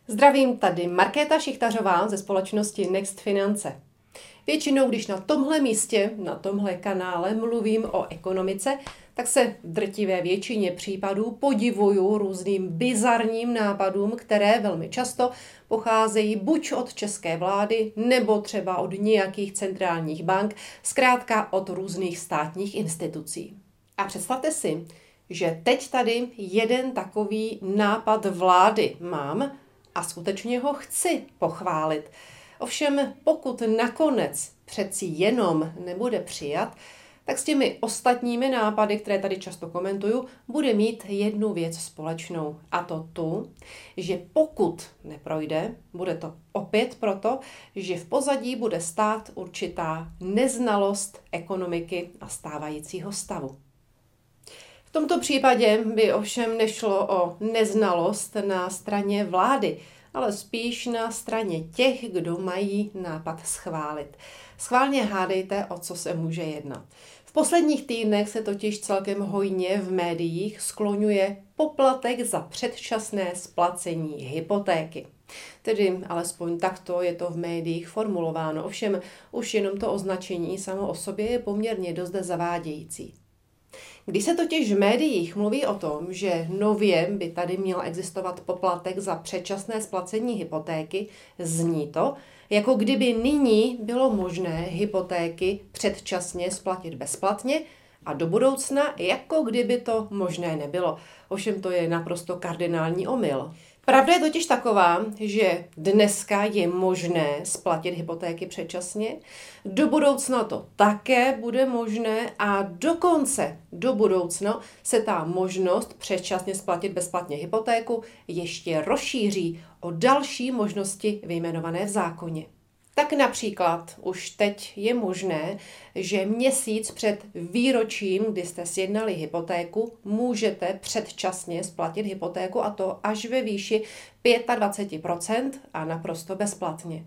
Zdravím, tady Markéta Šichtařová ze společnosti Next Finance. Většinou, když na tomhle místě, na tomhle kanále mluvím o ekonomice, tak se v drtivé většině případů podivuju různým bizarním nápadům, které velmi často pocházejí buď od české vlády, nebo třeba od nějakých centrálních bank, zkrátka od různých státních institucí. A představte si, že teď tady jeden takový nápad vlády mám a skutečně ho chci pochválit. Ovšem, pokud nakonec přeci jenom nebude přijat, tak s těmi ostatními nápady, které tady často komentuju, bude mít jednu věc společnou. A to tu, že pokud neprojde, bude to opět proto, že v pozadí bude stát určitá neznalost ekonomiky a stávajícího stavu. V tomto případě by ovšem nešlo o neznalost na straně vlády, ale spíš na straně těch, kdo mají nápad schválit. Schválně hádejte, o co se může jednat. V posledních týdnech se totiž celkem hojně v médiích skloňuje poplatek za předčasné splacení hypotéky. Tedy alespoň takto je to v médiích formulováno. Ovšem už jenom to označení samo o sobě je poměrně dost zavádějící. Když se totiž v médiích mluví o tom, že nově by tady měl existovat poplatek za předčasné splacení hypotéky, zní to, jako kdyby nyní bylo možné hypotéky předčasně splatit bezplatně a do budoucna, jako kdyby to možné nebylo. Ovšem to je naprosto kardinální omyl. Pravda je totiž taková, že dneska je možné splatit hypotéky předčasně, do budoucna to také bude možné a dokonce do budoucna se ta možnost předčasně splatit bezplatně hypotéku ještě rozšíří o další možnosti vyjmenované v zákoně. Tak například už teď je možné, že měsíc před výročím, kdy jste sjednali hypotéku, můžete předčasně splatit hypotéku a to až ve výši 25% a naprosto bezplatně.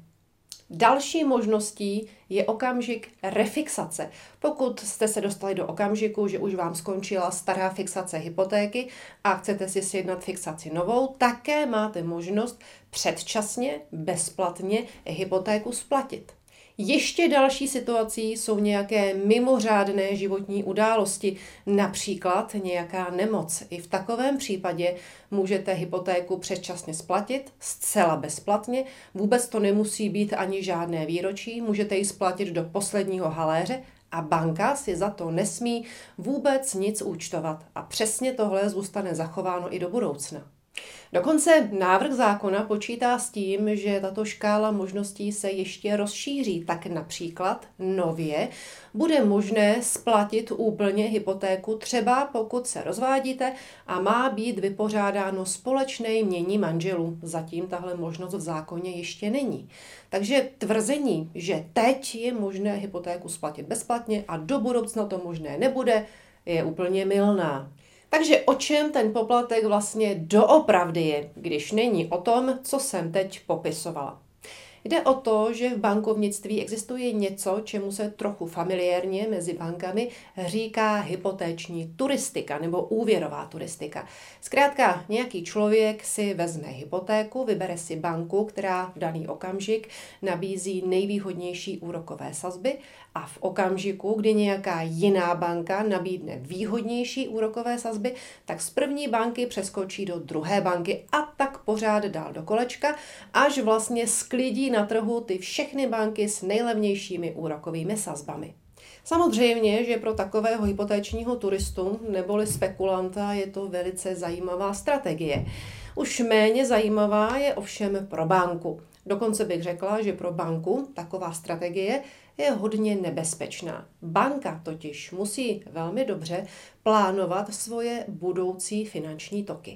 Další možností je okamžik refixace. Pokud jste se dostali do okamžiku, že už vám skončila stará fixace hypotéky a chcete si sjednat fixaci novou, také máte možnost předčasně, bezplatně hypotéku splatit. Ještě další situací jsou nějaké mimořádné životní události, například nějaká nemoc. I v takovém případě můžete hypotéku předčasně splatit, zcela bezplatně, vůbec to nemusí být ani žádné výročí, můžete ji splatit do posledního haléře a banka si za to nesmí vůbec nic účtovat a přesně tohle zůstane zachováno i do budoucna. Dokonce návrh zákona počítá s tím, že tato škála možností se ještě rozšíří. Tak například nově bude možné splatit úplně hypotéku, třeba pokud se rozvádíte a má být vypořádáno společné jmění manželů. Zatím tahle možnost v zákoně ještě není. Takže tvrzení, že teď je možné hypotéku splatit bezplatně a do budoucna to možné nebude, je úplně mylná. Takže o čem ten poplatek vlastně doopravdy je, když není o tom, co jsem teď popisovala? Jde o to, že v bankovnictví existuje něco, čemu se trochu familiárně mezi bankami říká hypotéční turistika nebo úvěrová turistika. Zkrátka nějaký člověk si vezme hypotéku, vybere si banku, která v daný okamžik nabízí nejvýhodnější úrokové sazby a v okamžiku, kdy nějaká jiná banka nabídne výhodnější úrokové sazby, tak z první banky přeskočí do druhé banky a tak pořád dál do kolečka, až vlastně sklidí na trhu ty všechny banky s nejlevnějšími úrokovými sazbami. Samozřejmě, že pro takového hypotéčního turistu neboli spekulanta je to velice zajímavá strategie. Už méně zajímavá je ovšem pro banku. Dokonce bych řekla, že pro banku taková strategie je hodně nebezpečná. Banka totiž musí velmi dobře plánovat svoje budoucí finanční toky.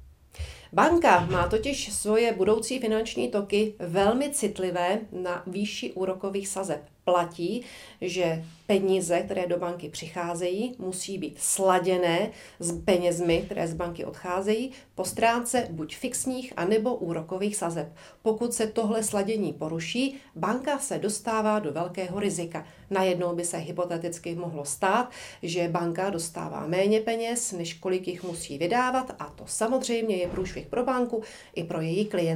Banka má totiž svoje budoucí finanční toky velmi citlivé na výši úrokových sazeb. Platí, že peníze, které do banky přicházejí, musí být sladěné s penězmi, které z banky odcházejí, po stránce buď fixních, anebo úrokových sazeb. Pokud se tohle sladění poruší, banka se dostává do velkého rizika. Najednou by se hypoteticky mohlo stát, že banka dostává méně peněz, než kolik jich musí vydávat, a to samozřejmě je průšvih pro banku i pro její klienty.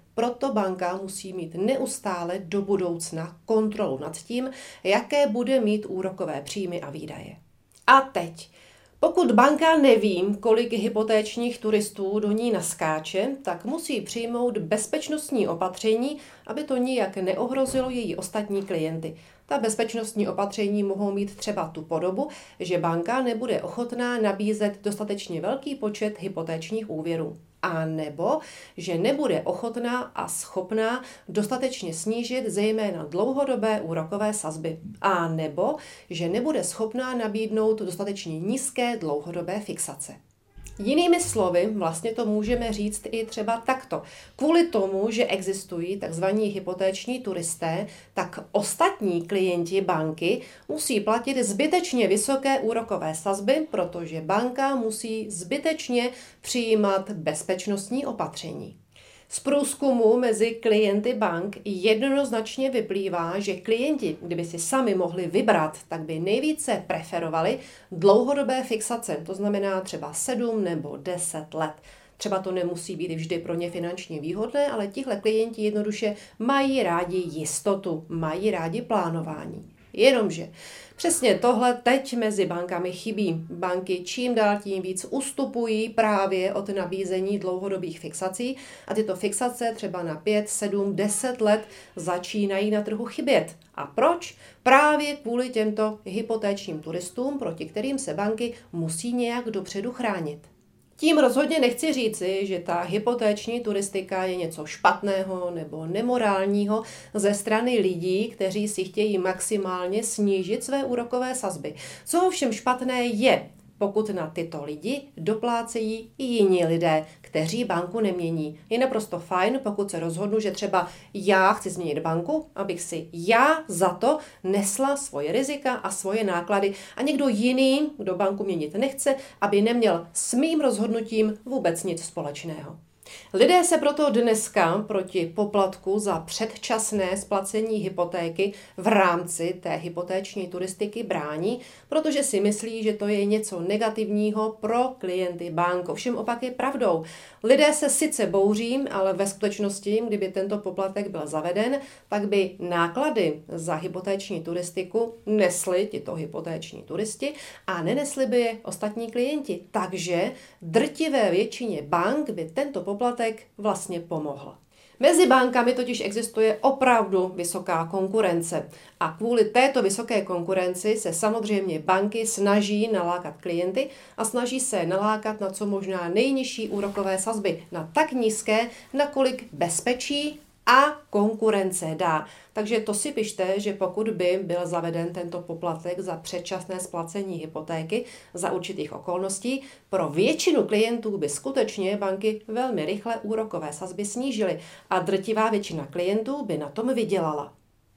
Proto banka musí mít neustále do budoucna kontrolu nad tím, jaké bude mít úrokové příjmy a výdaje. A teď, pokud banka neví, kolik hypotéčních turistů do ní naskáče, tak musí přijmout bezpečnostní opatření, aby to nijak neohrozilo její ostatní klienty. Ta bezpečnostní opatření mohou mít třeba tu podobu, že banka nebude ochotná nabízet dostatečně velký počet hypotéčních úvěrů. A nebo, že nebude ochotná a schopná dostatečně snížit zejména dlouhodobé úrokové sazby. A nebo, že nebude schopná nabídnout dostatečně nízké dlouhodobé fixace. Jinými slovy, vlastně to můžeme říct i třeba takto. Kvůli tomu, že existují tzv. Hypotéční turisté, tak ostatní klienti banky musí platit zbytečně vysoké úrokové sazby, protože banka musí zbytečně přijímat bezpečnostní opatření. Z průzkumu mezi klienty bank jednoznačně vyplývá, že klienti, kdyby si sami mohli vybrat, tak by nejvíce preferovali dlouhodobé fixace, to znamená třeba 7 nebo 10 let. Třeba to nemusí být vždy pro ně finančně výhodné, ale tihle klienti jednoduše mají rádi jistotu, mají rádi plánování. Jenomže přesně tohle teď mezi bankami chybí. Banky čím dál tím víc ustupují právě od nabízení dlouhodobých fixací a tyto fixace třeba na 5, 7, 10 let začínají na trhu chybět. A proč? Právě kvůli těmto hypotéčním turistům, proti kterým se banky musí nějak dopředu chránit. Tím rozhodně nechci říci, že ta hypotéční turistika je něco špatného nebo nemorálního ze strany lidí, kteří si chtějí maximálně snížit své úrokové sazby. Co ovšem špatné je, pokud na tyto lidi doplácejí i jiní lidé, kteří banku nemění. Je naprosto fajn, pokud se rozhodnu, že třeba já chci změnit banku, abych si já za to nesla svoje rizika a svoje náklady a někdo jiný, kdo banku měnit nechce, aby neměl s mým rozhodnutím vůbec nic společného. Lidé se proto dneska proti poplatku za předčasné splacení hypotéky v rámci té hypotéční turistiky brání, protože si myslí, že to je něco negativního pro klienty bank. Ovšem opak je pravdou. Lidé se sice bouří, ale ve skutečnosti, kdyby tento poplatek byl zaveden, tak by náklady za hypotéční turistiku nesli tito hypotéční turisti a nenesli by je ostatní klienti. Takže drtivé většině bank by tento poplatek vlastně pomohl. Mezi bankami totiž existuje opravdu vysoká konkurence a kvůli této vysoké konkurenci se samozřejmě banky snaží nalákat klienty a snaží se nalákat na co možná nejnižší úrokové sazby, na tak nízké, nakolik bezpečí a konkurence dá. Takže to si pište, že pokud by byl zaveden tento poplatek za předčasné splacení hypotéky za určitých okolností, pro většinu klientů by skutečně banky velmi rychle úrokové sazby snížily a drtivá většina klientů by na tom vydělala.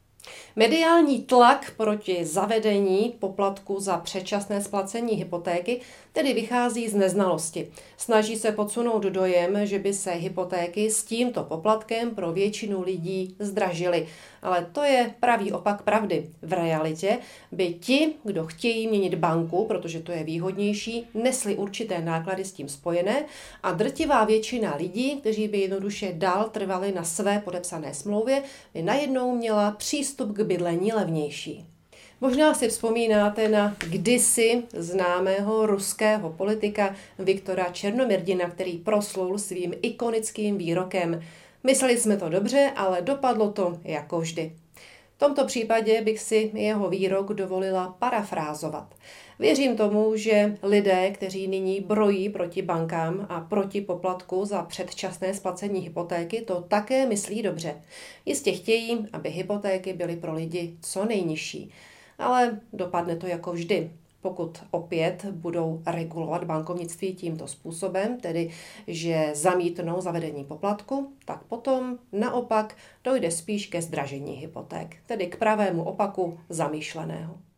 Mediální tlak proti zavedení poplatku za předčasné splacení hypotéky tedy vychází z neznalosti. Snaží se podsunout dojem, že by se hypotéky s tímto poplatkem pro většinu lidí zdražily. Ale to je pravý opak pravdy. V realitě by ti, kdo chtějí měnit banku, protože to je výhodnější, nesli určité náklady s tím spojené a drtivá většina lidí, kteří by jednoduše dál trvali na své podepsané smlouvě, by najednou měla přístup k bydlení levnější. Možná si vzpomínáte na kdysi známého ruského politika Viktora Černomyrdina, který proslul svým ikonickým výrokem: "Mysleli jsme to dobře, ale dopadlo to jako vždy." V tomto případě bych si jeho výrok dovolila parafrázovat. Věřím tomu, že lidé, kteří nyní brojí proti bankám a proti poplatku za předčasné splacení hypotéky, to také myslí dobře. Jistě chtějí, aby hypotéky byly pro lidi co nejnižší. Ale dopadne to jako vždy. Pokud opět budou regulovat bankovnictví tímto způsobem, tedy že zamítnou zavedení poplatku, tak potom naopak dojde spíš ke zdražení hypoték, tedy k pravému opaku zamýšleného.